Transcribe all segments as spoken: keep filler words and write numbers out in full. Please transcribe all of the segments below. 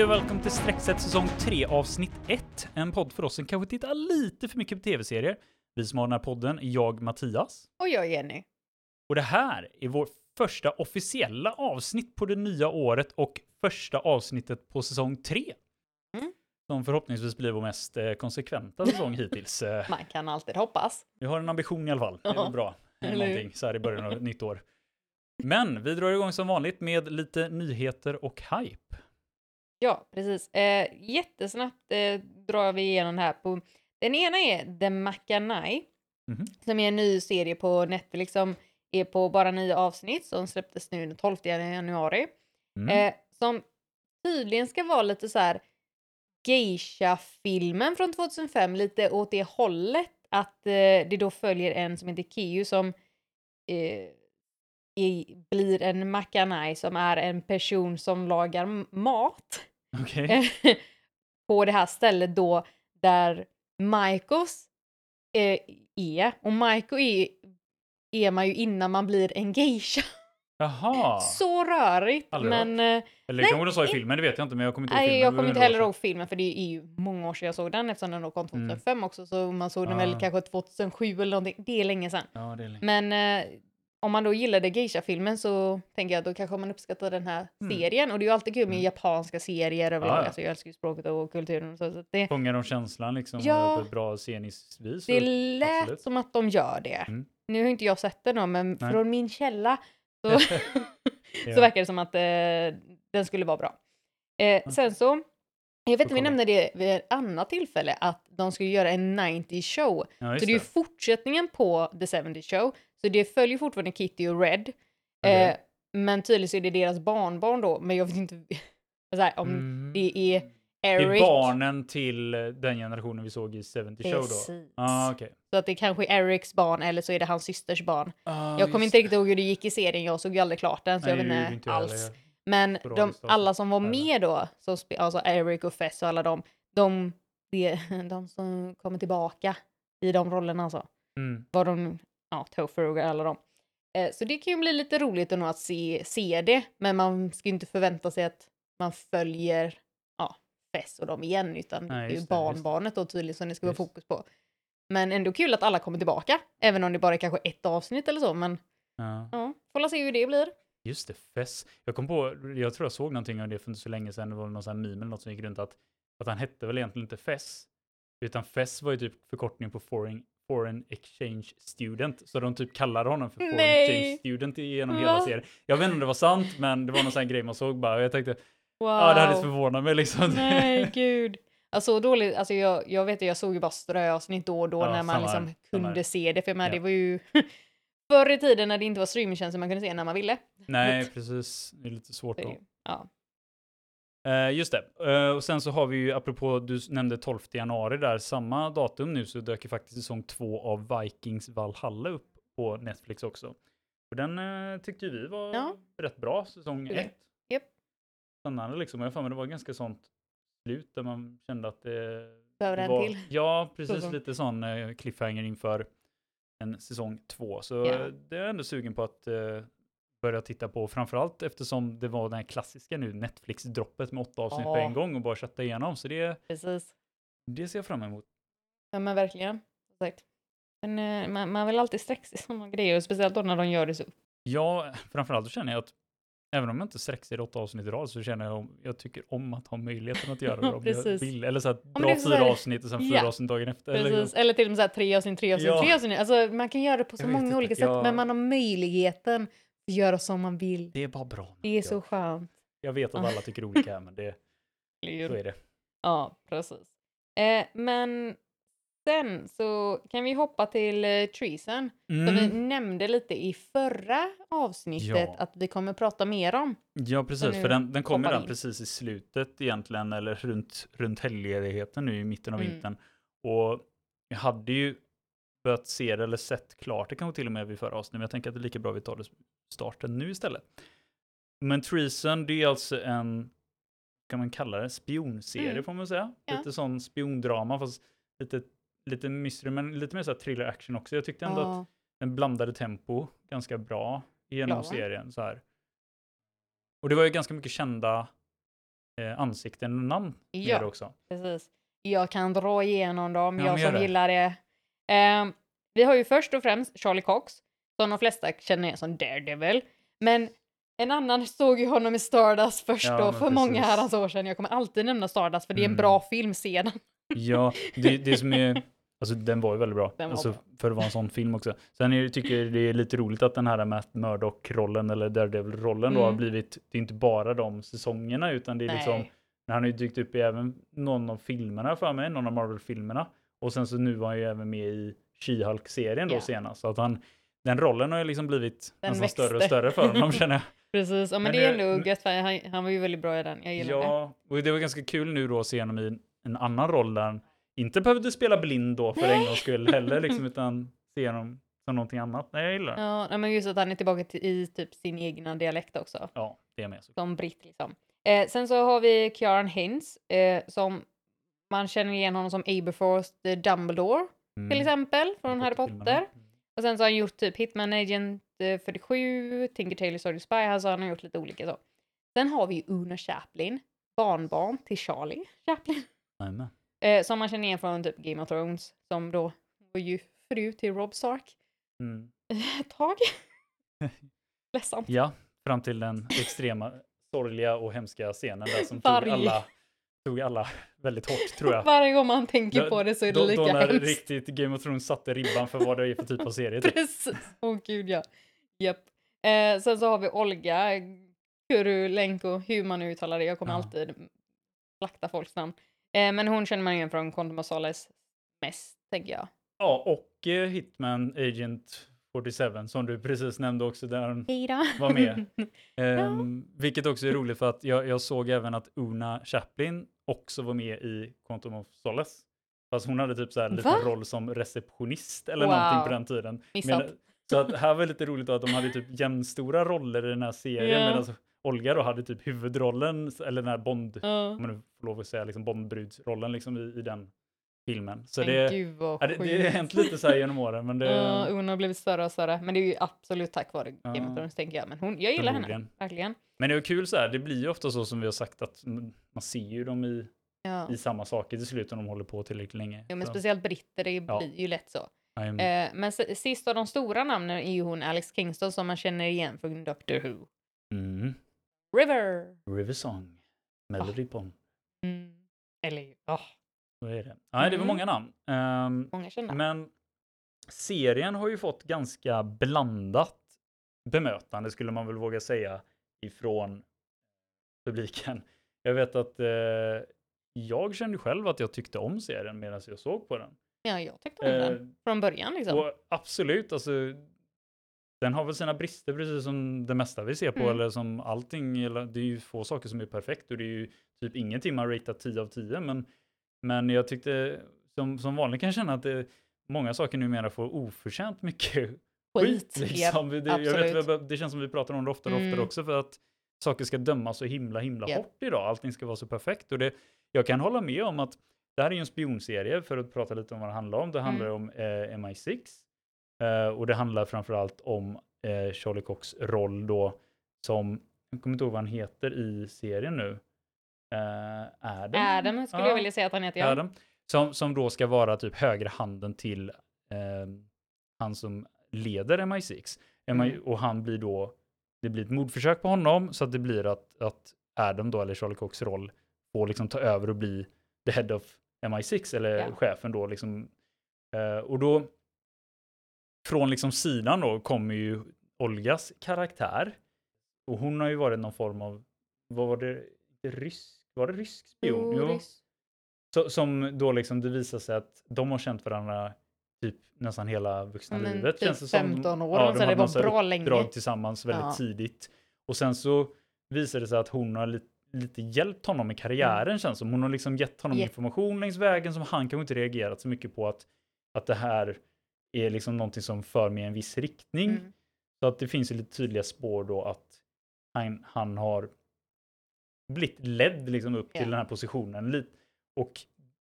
Hej och välkommen till Sträckset säsong tre avsnitt ett. En podd för oss som kanske tittar lite för mycket på tv-serier. Vi som har den här podden är jag, Mattias. Och jag, Jenny. Och det här är vår första officiella avsnitt på det nya året och första avsnittet på säsong tre. Mm. Som förhoppningsvis blir vår mest eh, konsekventa säsong hittills. Eh, Man kan alltid hoppas. Vi har en ambition i alla fall. Det är Ja. väl bra. Eller hur? Någonting så här i början av ett nytt år. Men vi drar igång som vanligt med lite nyheter och hype. Ja, precis. Eh, jättesnabbt eh, drar vi igenom det här. På... Den ena är The Macanai. Mhm. Som är en ny serie på Netflix som är på bara nio avsnitt. Som släpptes nu den tolfte januari. Mm. Eh, som tydligen ska vara lite så här geisha-filmen från tjugohundrafem. Lite åt det hållet. Att eh, det då följer en som heter Kiyu som eh, i, blir en macanai som är en person som lagar m- mat. Okej. På det här stället då där Maikos eh, är. Och Maiko är, är man ju innan man blir en geisha. Jaha. Så rörigt. Aldrig men eh, Eller det nej, kanske de sa i filmen, det vet jag inte, men jag kommer inte ihåg nej, filmen. jag Det kommer var inte hundra år heller sedan. ihåg filmen för det är ju många år sedan jag såg den eftersom den då kom tjugohundrafem också. Så man såg den Ah. väl kanske tjugohundrasju eller någonting. Det är länge sedan. Ja, det är länge. Men eh, om man då gillade geisha-filmen så tänker jag då kanske man uppskattar den här Mm. serien. Och det är ju alltid kul med Mm. japanska serier överlag. Ah, ja. Alltså jag älskar ju språket och kulturen och så. så att det, Fångar de känslan liksom Ja. på ett bra sceniskt vis? det så- lät absolut. som att de gör det. Mm. Nu har inte jag sett det då, men Nej. från min källa så, Ja. så verkar det som att eh, den skulle vara bra. Eh, sen så, jag vet inte, vi kolla. nämnde det vid ett annat tillfälle att de skulle göra en nittio show. Ja, Så just det är ju det. fortsättningen på The seventy show. Så det följer fortfarande Kitty och Red. Okej. Eh, men tydligen så är det deras barnbarn då. Men jag vet inte så här, om Mm. det är Det är Eric. barnen till eh, den generationen vi såg i sjuttio show då. Precis. Ah, okej. Så att det kanske är Erics barn eller så är det hans systers barn. Ah, jag kommer just inte det. riktigt ihåg hur det gick i serien. Jag såg ju aldrig klart den så Nej, jag vet det gjorde inte inte jag heller. alls. Men Bra de, listat. alla som var Nej, med då, som spe, alltså Eric och Fess och alla de, de, de, de som kommer tillbaka i de rollerna alltså. Mm. Var de, ja, Topher och alla dem. Eh, så det kan ju bli lite roligt ändå att se, se det. Men man ska ju inte förvänta sig att man följer ja, Fess och dem igen. Utan Nej, det är ju just det, just det. barnbarnet då tydligt som det ska Just. vara fokus på. Men ändå kul att alla kommer tillbaka. Även om det bara är kanske ett avsnitt eller så. Men Ja. ja, får la se hur det blir. Just det, Fess. Jag kom på, jag tror jag såg någonting om det för inte så länge sedan. Det var någon sån här meme eller något som gick runt att, att han hette väl egentligen inte Fess. Utan Fess var ju typ förkortning på foreign, foreign exchange student. Så de typ kallade honom för foreign Nej. exchange student genom Va? hela serien. Jag vet inte om det var sant, men det var någon sån här grej man såg bara. Och jag tänkte, Wow. ja ah, det hade inte förvånat mig liksom. Nej, gud. Alltså dåligt, alltså jag, jag vet att jag såg ju bara ströavsnitt då och då Ja, när man samma liksom här, samma kunde här. se det. För men Ja. det var ju förr i tiden när det inte var streamingtjänster man kunde se när man ville. Nej, precis. Det är lite svårt Så är då. det ju. Ja. Eh, just det. Eh, och sen så har vi ju, apropå du nämnde tolfte januari där, samma datum nu så dök ju faktiskt säsong två av Vikings Valhalla upp på Netflix också. Och den eh, tyckte ju vi var Ja. rätt bra, säsong Kul. ett. Japp. Spännande liksom. Och jag fan, men det var ganska sånt slut där man kände att det, Behöver det en var... till. Ja, precis. Så. Lite sån eh, cliffhanger inför en säsong två. Så Ja. eh, det är jag ändå sugen på att eh, börja titta på. Framförallt eftersom det var den här klassiska nu Netflix-droppet med åtta avsnitt Ja. på en gång och bara chatta igenom. Så det, Precis. det ser jag fram emot. Ja men verkligen. Som sagt. Men eh, man, man vill alltid sträcka sig sådana grejer. Och speciellt då när de gör det så. Ja, framförallt så känner jag att även om jag inte sträcker åtta avsnitt i rad så känner jag om, jag tycker om att ha möjligheten att göra det om jag Precis. vill. Eller så att men dra det är så fyra här- avsnitt och sen Ja. fyra avsnitt dagen efter. Eller, Precis. Eller till och med så här tre avsnitt, tre avsnitt, Ja. tre avsnitt. Alltså man kan göra det på så Jag vet många inte. olika sätt. Ja. Men man har möjligheten att göra som man vill. det är bara bra. Det är jag, så skönt. jag vet att alla tycker olika här, men det, så är det. Ja, precis. Eh, men sen så kan vi hoppa till eh, Treason. Som vi Mm. nämnde lite i förra avsnittet Ja. att vi kommer prata mer om. Ja, precis. nu För den, den kommer hoppar den in. precis i slutet egentligen, eller runt, runt helgledigheten nu i mitten av Mm. vintern. Och jag hade ju börjat se det eller sett klart, det kanske till och med vid förra avsnittet, men jag tänker att det är lika bra vi tar det starten nu istället. Men Treason, det är alltså en, kan man kalla det, spionserie Mm. får man säga. Ja. Lite sån spiondrama, fast lite, lite mystery, men lite mer så här thriller action också. Jag tyckte ändå att Ja, den blandade tempo ganska bra genom Bra, va? serien så här. Och det var ju ganska mycket kända eh, ansikten och namn med Ja. det också. Precis. Jag kan dra igenom dem, Ja, jag men gör som det. gillar det. Ehm, vi har ju först och främst Charlie Cox, som de flesta känner igen som Daredevil. Men en annan såg ju honom i Stardust först Ja, då, men för många precis. herrans år sedan. Jag kommer alltid nämna Stardust, för det är en Mm. bra film sedan. Ja, det, det som är... Alltså den var ju väldigt bra. Den var Alltså, bra. för att vara en sån film också. Sen är, tycker jag det är lite roligt att den här Matt Murdock-rollen eller Daredevil-rollen då har Mm. blivit... Det är inte bara de säsongerna utan det är liksom... Nej. Han har ju dykt upp i även någon av filmerna för mig, någon av Marvel-filmerna. Och sen så nu var han ju även med i She-Hulk-serien då Ja. senast. Så att han... Den rollen har ju liksom blivit Den nästan växte. större och större för honom känner jag. Precis, ja, men, Men det är det- ändå gött, för han, han var ju väldigt bra i den. Jag gillar det. Ja, och det var ganska kul nu då att se honom i en annan roll där han inte behövde spela blind då för en gångs skull heller, liksom, utan se honom som någonting annat. Nej, jag gillar det. Ja, nej, men just att han är tillbaka till, i typ sin egna dialekt också. Ja, det är med. Så. Som britt liksom. Eh, sen så har vi Kieran Hins, eh, som man känner igen honom som Aberforth the Dumbledore Mm. till exempel, från Harry Potter-filmerna. Potter. Och sen så har han gjort typ Hitman Agent eh, fyrtiosju, Tinker Tailor Soldier Spy, alltså han har gjort lite olika så. Sen har vi Una Chaplin, barnbarn till Charlie Chaplin. Jajamän. Eh, som man känner igen från typ Game of Thrones, som då var ju fru till Robb Stark Mm. ett tag. Ledsamt. Ja, fram till den extrema, sorgliga och hemska scenen där som Varg. tog alla, tog alla väldigt hårt tror jag. Varje gång man tänker Då- på det så är det Då, lika då när hemskt. riktigt Game of Thrones satte ribban för vad det är för typ av serie. Typ. Precis. Åh gud ja. Japp. Eh, sen så har vi Olga Kurylenko, hur man nu uttalar det. Jag kommer Ja. alltid slakta folks namn. Eh, men hon känner man igen från Quantum of Solace mest, tänker jag. Ja, och eh, Hitman Agent fyrtiosju som du precis nämnde också där hon Hejdå. var med. Ehm, vilket också är roligt för att jag, jag såg även att Una Chaplin också var med i Quantum of Solace. Fast hon hade typ så här en liten Va? roll som receptionist eller Wow. någonting på den tiden. Missat. Men, så att här var lite roligt då att de hade typ jämnstora roller i den här serien. Ja. Medan Olga då hade typ huvudrollen, eller den här Bond, Ja. om man nu får lov att säga, liksom Bondbrudsrollen liksom i, i den filmen. Så Men det, gud vad ja, det, det har sjukt. hänt lite så här genom åren. Men det, Ja, Una har blivit större och större. Men det är ju absolut tack vare Game Ja. of Thrones, tänker jag. Men hon, jag gillar henne, Förmodligen. verkligen. Men det är kul så här, det blir ju ofta så som vi har sagt att mm, man ser ju dem i, Ja. i samma saker till slut om de håller på tillräckligt länge. Ja, men Så, speciellt britter, det Ja. blir ju lätt så. I'm, Eh, men s- sist av de stora namnen är ju hon Alex Kingston som man känner igen från Doctor Who. mm, River! River Song, Melody Pond, Mm. Eller ja, vad är det? Nej, det var Mm. många namn. Ehm, många kända. men serien har ju fått ganska blandat bemötande skulle man väl våga säga ifrån publiken. Jag vet att eh, jag kände själv att jag tyckte om serien medan jag såg på den. Ja, jag tyckte om Eh, den från början liksom. Och absolut, alltså den har väl sina brister precis som det mesta vi ser på, Mm. eller som allting, eller, det är ju få saker som är perfekt och det är ju typ ingenting man ratear tio av tio, men, men jag tyckte som, som vanligt kan jag känna att det, många saker numera får oförtjänt mycket skit. Skit, Liksom. japp, det, jag vet, absolut. det känns som vi pratar om det oftare och Mm. oftare också för att saker ska dömas så himla himla Japp. hårt idag. Allting ska vara så perfekt och det, jag kan hålla med om att det här är ju en spionserie för att prata lite om vad det handlar om. Det handlar Mm. om eh, M I sex eh, och det handlar framförallt om eh, Charlie Cox roll då som, jag kommer inte ihåg vad han heter i serien nu. Eh, Adam? Adam skulle Ja, jag vilja säga att han heter. Ja. Adam. Som, som då ska vara typ högra handen till eh, han som leder M I sex. M I, Mm. Och han blir då, det blir ett mordförsök på honom så att det blir att, att Adam då, eller Charlie Cox roll, får liksom ta över och bli the head of M I sex, eller Ja. chefen då liksom. Eh, och då från liksom sidan då kommer ju Olgas karaktär. Och hon har ju varit någon form av, vad var det, rysk, var det rysk spion? Jo. Doris. Så, som då liksom det visar sig att de har känt varandra typ nästan hela vuxna Men livet. typ Känns det som. femton år, Ja, så de det hade var någon så här bra länge. uppdrag tillsammans väldigt Ja. tidigt. Och sen så visar det sig att hon har lite, lite hjälpt honom i karriären Mm. känns som. Hon har liksom gett honom Jätte- information längs vägen som han kanske inte reagerat så mycket på att, att det här är liksom någonting som för med en viss riktning. Mm. Så att det finns ju lite tydliga spår då att han, han har blivit ledd liksom upp till Ja. den här positionen. Lite. Och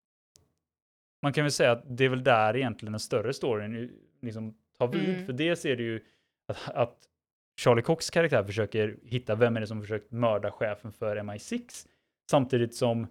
man kan väl säga att det är väl där egentligen den större storyn liksom tar vid. Mm. För det ser det ju att, att Charlie Cox karaktär försöker hitta vem är det som försökt mörda chefen för M I sex. Samtidigt som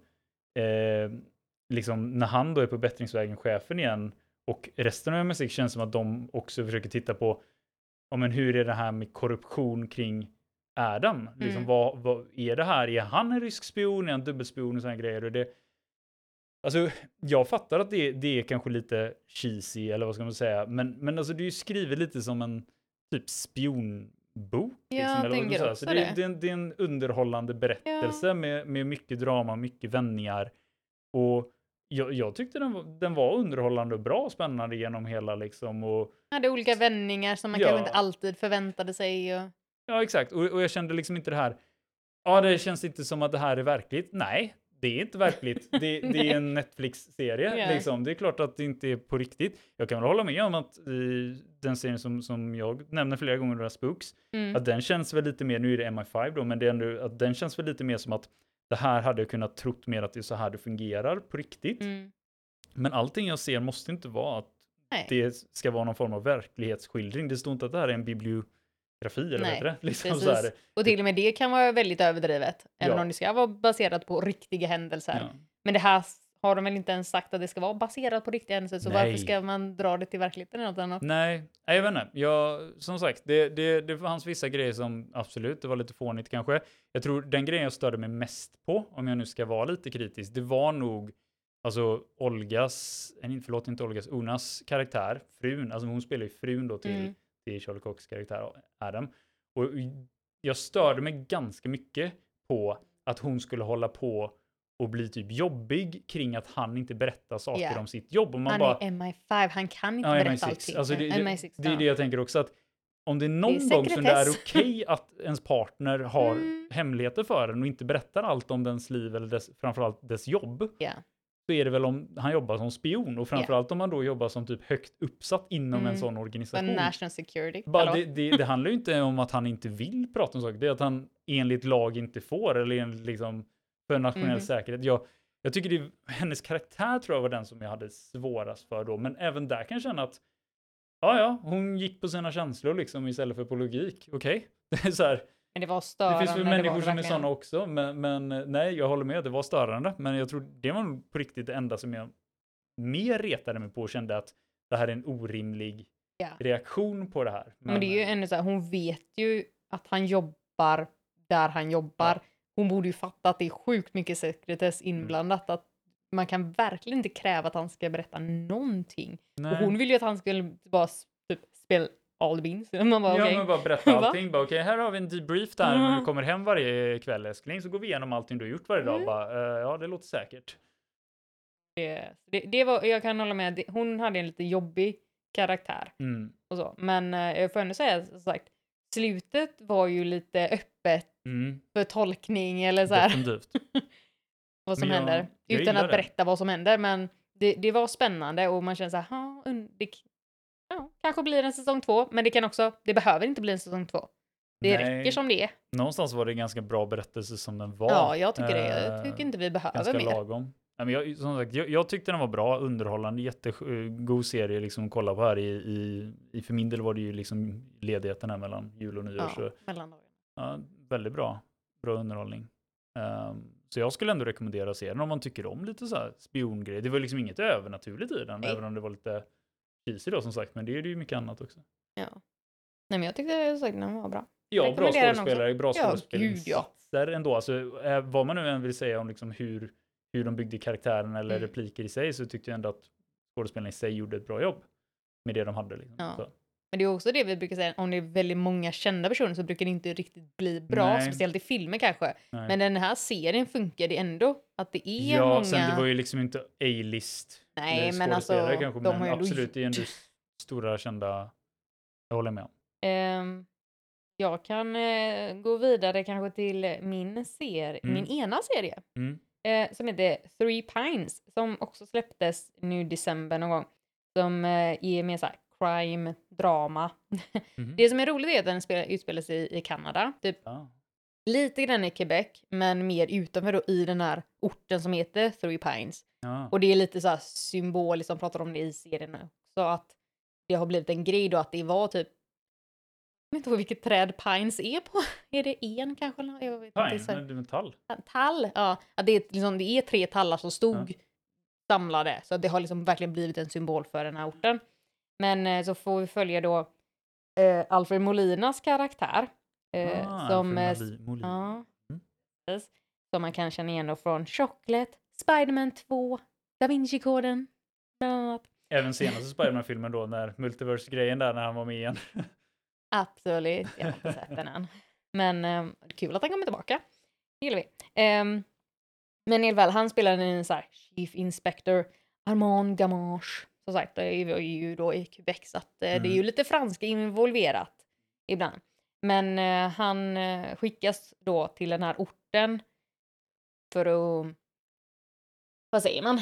eh, liksom när han då är på bättringsvägen, chefen igen, och resten av M S X känns som att de också försöker titta på ja, men hur är det här med korruption kring Adam? Liksom, Mm. vad, vad är det här? Är han en rysk spion? Är han dubbelspion och sådana grejer? Och det, alltså, jag fattar att det, det är kanske lite cheesy, eller vad ska man säga, men, men alltså, det är ju skrivet lite som en typ spionbok. Ja, liksom, jag eller vad man tänker säger. också Så det, det. det, är en, det är en underhållande berättelse Ja. med, med mycket drama, mycket vändningar. Och jag, jag tyckte den, var- den var underhållande och bra och spännande genom hela liksom. Och, Hade olika vändningar som man Ja. kanske inte alltid förväntade sig. Och... ja, exakt. Och, och jag kände liksom inte det här. Ja, det känns inte som att det här är verkligt. Nej, det är inte verkligt. Det, det är en Netflix-serie. Ja. Liksom. Det är klart att det inte är på riktigt. Jag kan väl hålla med om att i den serien som, som jag nämner flera gånger, några Spooks, Mm. att den känns väl lite mer, nu är det M I fem då, men det är ändå, att den känns väl lite mer som att det här hade jag kunnat trott mer att det är så här det fungerar på riktigt. Mm. Men allting jag ser måste inte vara att Nej. det ska vara någon form av verklighetsskildring. Det står inte att det här är en bibliografi eller vad Nej, heter det? Liksom precis. så här. Och till och med det kan vara väldigt överdrivet. Även Ja. om det ska vara baserat på riktiga händelser. Ja. Men det här har de väl inte ens sagt att det ska vara baserat på riktiga händelser. Så Nej. varför ska man dra det till verkligheten eller något annat? Nej, nej, jag vet inte. Jag, som sagt, det, det, det fanns vissa grejer som absolut, det var lite fånigt kanske. Jag tror den grejen jag störde mig mest på, om jag nu ska vara lite kritisk, det var nog alltså Olgas, nej, förlåt inte Olgas, Unas karaktär, frun, alltså hon spelar ju frun då till, Mm. till Charlie Cox karaktär Adam. Och jag störde mig ganska mycket på att hon skulle hålla på och bli typ jobbig kring att han inte berättar saker Ja. om sitt jobb. Och man Han bara, är M I fem, han kan inte ja, berätta M I sex. allting. Alltså det, M I det, sex, det är ja. det jag tänker också, att om det är någon Det är gång som det är sekretess. okej att ens partner har Mm. hemligheter för en och inte berättar allt om dens liv eller dess, framförallt dess jobb, Ja. så är det väl om han jobbar som spion och framförallt om han då jobbar som typ högt uppsatt inom Mm. en sån För organisation. national security. Bara, Hallå? det, det, det handlar ju inte om att han inte vill prata om saker, det är att han enligt lag inte får, eller enligt liksom för nationell Mhm. säkerhet. Jag, jag tycker det, hennes karaktär tror jag var den som jag hade svårast för då, men även där kan jag känna att ja, ja, hon gick på sina känslor liksom istället för på logik. Okej, det är så här. Men det var Det störande. finns väl det människor var som är verkligen. sådana också, men, men nej, jag håller med, det var störande, men jag tror det var nog på riktigt det enda som jag mer retade mig på och kände att det här är en orimlig Ja. reaktion på det här. Men det är ju ändå så här, hon vet ju att han jobbar där han jobbar. Ja. Hon borde ju fatta att det är sjukt mycket sekretess inblandat. Att man kan verkligen inte kräva att han ska berätta någonting. nej. Och hon vill ju att han skulle bara s- typ spela all the beans. Man bara, Ja, okej. men bara berätta Va? allting. Bara, okej, här har vi en debrief där Mm. när du kommer hem varje kväll, älskling, så går vi igenom allting du har gjort varje dag. Mm. Bara, eh, ja, det låter säkert. Det, det, det var, jag kan hålla med, det, hon hade en lite jobbig karaktär. Mm. Och så. Men eh, jag får ändå säga, som sagt, slutet var ju lite öppet Mm. för tolkning eller så här. Definitivt. Vad som Men jag- händer. jag Utan gillar att det. berätta vad som händer. Men det, det var spännande och man känner så här, "Ha, und- det, ja, kanske blir en säsong två. Men det kan också, det behöver inte bli en säsong två. Det Nej. räcker som det är. Någonstans var det en ganska bra berättelse som den var. Ja, jag tycker det. Jag Eh, tycker inte vi behöver ganska mer. lagom. Nej, men jag, som sagt, jag, jag tyckte den var bra, underhållande, jättegod serie liksom att kolla på här i, i, i för min del var det ju liksom ledigheten här mellan jul och nyår. Ja, Så, mellandagarna. ja, väldigt bra, bra underhållning. Ehm, så jag skulle ändå rekommendera serien om man tycker om lite så här spiongrejer. Det var liksom inget övernaturligt i den, Nej. även om det var lite cheesy då som sagt, men det är det ju mycket annat också. Ja. Nej, men jag tyckte som sagt den var bra. Ja, bra Rekommenderar den skådespelare, bra Ja, skådespelarinsatser ändå. Alltså, eh, vad man nu än vill säga om liksom hur, hur de byggde karaktären eller Mm. repliker i sig, så tyckte jag ändå att skådespelarna i sig gjorde ett bra jobb med det de hade. Liksom. Ja. Så. Men det är också det vi brukar säga, om det är väldigt många kända personer så brukar det inte riktigt bli bra, Nej. speciellt i filmer kanske. Nej. Men den här serien funkar det ändå, att det är Ja, många... sen det var ju liksom inte A-list Nej, eh, men alltså, skådespelare kanske, de men har ju ändå absolut, det är ändå gjort- stora kända, jag håller med om. Ehm, jag kan eh, gå vidare kanske till min serie, Mm. min ena serie, Mm. eh, som heter Three Pines, som också släpptes nu i december någon gång, som eh, är mer så här crime, drama. Mhm. Det som är roligt är att den spelar, utspelar sig i Kanada, typ Ja. lite grann i Quebec, men mer utanför då, i den här orten som heter Three Pines. Ja. Och det är lite så här symboliskt, de pratar om det i serien också, att det har blivit en grej då att det var typ vet inte vilket träd Pines är på. Är det en kanske? Jag vet Pine, inte. Så- men det är metall. Tall, ja. Att det, är, liksom, det är tre tallar som stod Ja. samlade. Så det har liksom verkligen blivit en symbol för den här orten. Men eh, så får vi följa då eh, Alfred Molinas karaktär. Eh, Ah, som, eh, Alfred Moli- Molin. ja, Mm. precis. Som man kan känna igen då från Chocolate, Spider-Man två, Da Vinci-koden, bland annat. Även senaste Spider-Man-filmen då, när Multiverse-grejen där, när han var med igen. Absolut, jag har inte sett den än. Men eh, kul att han kommer tillbaka. Det gillar vi. Ehm, men i alla fall, han spelar en så här Chief Inspector Armand Gamache. Som sagt, det är ju, är ju då i Quebec, så att, eh, Mm. det är ju lite franska involverat ibland. Men eh, han eh, skickas då till den här orten för att, vad säger man,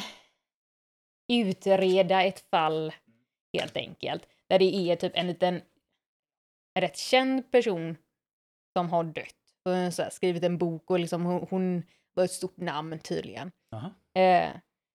utreda ett fall helt enkelt. Där det är typ en liten rätt känd person som har dött. Och så här, skrivit en bok och liksom hon, hon var ett stort namn tydligen. Aha. Eh,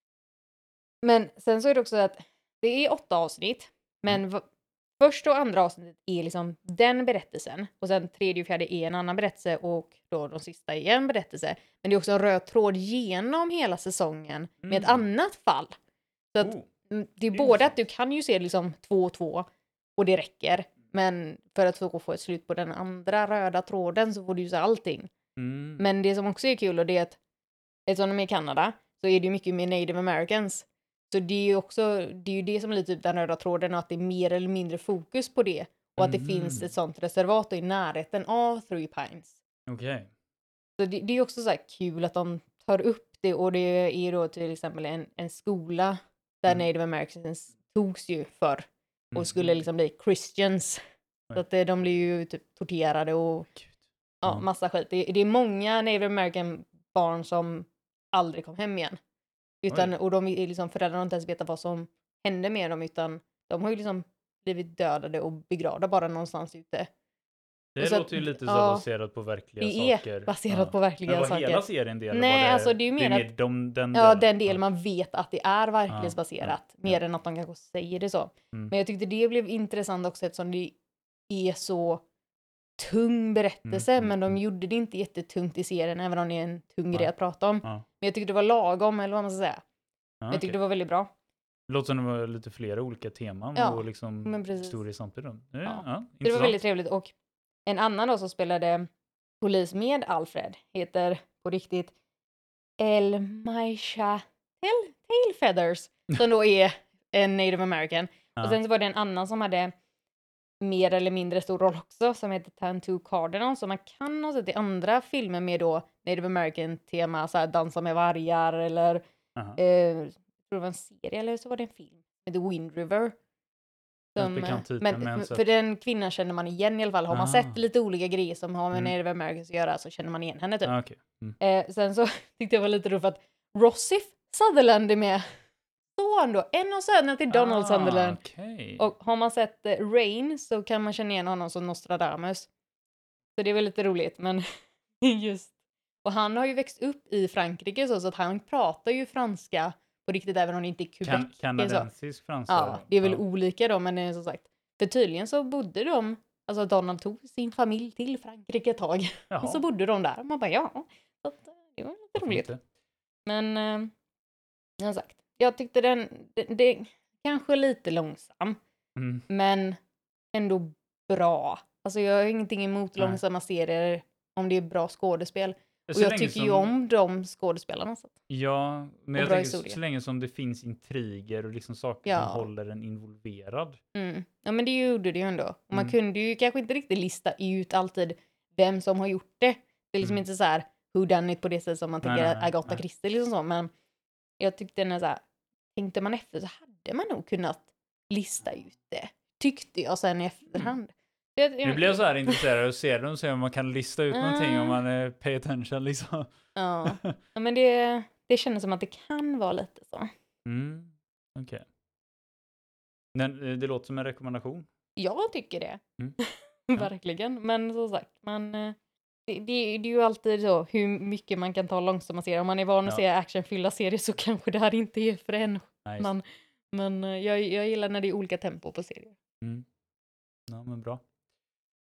men sen så är det också att det är åtta avsnitt. Men v- första och andra avsnittet är liksom den berättelsen. Och sen tredje och fjärde är en annan berättelse. Och då de sista är en berättelse. Men det är också en röd tråd genom hela säsongen med ett Mm. annat fall. Så att Oh. mm, det är det är både att intressant. du kan ju se liksom två och två och det räcker. Men för att få få ett slut på den andra röda tråden så får du ju se allting. Mm. Men det som också är kul och det är att eftersom de är i Kanada så är det ju mycket med Native Americans. Så det är ju också det, är ju det som är lite typ den röda tråden och att det är mer eller mindre fokus på det. Och att det Mhm. finns ett sånt reservat i närheten av Three Pines. Okej. Så det, det är också så här kul att de tar upp det och det är då till exempel en, en skola där Mm. Native Americans togs ju för och Mhm. skulle liksom bli Christians. Så Oj. att eh, de blir ju typ torterade och Gud. ja, Ja. massa skit. Det, det är många Native American barn som aldrig kom hem igen. Utan, Oj. och de är liksom, föräldrarna har inte ens vetat vad som hände med dem utan de har ju liksom blivit dödade och begravda bara någonstans ute. Det Och så att- låter ju lite så ja, baserat på verkliga det är saker. baserat på verkliga Men var saker. hela serien det? eller Nej, var det, alltså det är ju mer att- de, den Ja, delen? den del Ja. man vet att det är Ja, verklighetsbaserat. ja, Mer ja. än att de kanske säger det så. Mm. Men jag tyckte det blev intressant också eftersom det är så tung berättelse. Mm, mm, men de mm. gjorde det inte jättetungt i serien även om det är en tung grej Ja. att prata om. Ja. Men jag tyckte det var lagom, eller vad man ska säga. Ja, Jag okej. tyckte det var väldigt bra. Det låter som det var lite flera olika teman Ja, och liksom men precis. historier samtidigt. Ja, Ja. ja, Så det var intressant. väldigt trevligt. Och en annan då som spelade polis med Alfred heter på riktigt El Maisha Tail, Tail Feathers. Som då är en Native American. Ja. Och sen så var det en annan som hade mer eller mindre stor roll också som heter Tantu Cardinal. Som man kan ha sett i andra filmer med då Native American tema. Så här dansa med vargar eller Aha. eh, jag tror det var en serie eller så var det en film. Med The Wind River. Känns bekant titeln, men, men för, så- för den kvinnan känner man igen i alla fall. Har man Ah. sett lite olika grejer som har med Mm. Native Americans att göra så känner man igen henne typ. Ja, okej. Mm. Eh, sen så tyckte jag var lite roligt för att Rossif Sutherland är med. Son då, en av sönerna till Donald Ah, Sutherland. okej. Och har man sett eh, Rain så kan man känna igen honom som Nostradamus. Så det är väl lite roligt, men just. Och han har ju växt upp i Frankrike så, så att han pratar ju franska på riktigt även om det inte är Quebec. kan, kanadensisk franska? Ja, det är väl ja. olika då, men det är som sagt. För tydligen så bodde de, alltså Donald tog sin familj till Frankrike ett tag. Jaha, Och så bodde de där. Man bara, ja. Så att, eh, det var lite varför roligt. inte? Men, eh, som sagt. Jag tyckte den, det, det kanske lite långsam. Mm. Men ändå bra. Alltså jag har ingenting emot Nej. långsamma serier om det är bra skådespel. Och Så jag länge tycker som, ju om de skådespelarna. Så. att- Ja, men och jag bra tänker så, historia. så länge som det finns intriger och liksom saker Ja. som håller en involverad. Mm. Ja men det gjorde det ju ändå. Och man Mm. kunde ju kanske inte riktigt lista ut alltid vem som har gjort det. Det är liksom Mm. inte så här who done it på det sättet som man Nej, tänker nej, att nej, Agatha nej. Christie liksom så. Men jag tyckte den är så här, tänkte man efter så hade man nog kunnat lista ut det. Tyckte jag sen i efterhand. Det, Nu blir jag så här intresserad av att se den och se om man kan lista ut någonting om Mm. man är pay attention liksom. Ja. Ja men det, det kändes som att det kan vara lite så. Mm. Okej. Men eh, det låter som en rekommendation. Jag tycker det. Mm. Ja. Verkligen. Men som sagt, man, eh, det, det, det är ju alltid så hur mycket man kan ta långsamma serier. Om man är van att Ja. se actionfyllda serier så kanske det här inte är för en. Nice. Man, men eh, jag, jag gillar när det är olika tempo på serier. Mm. Ja, men bra.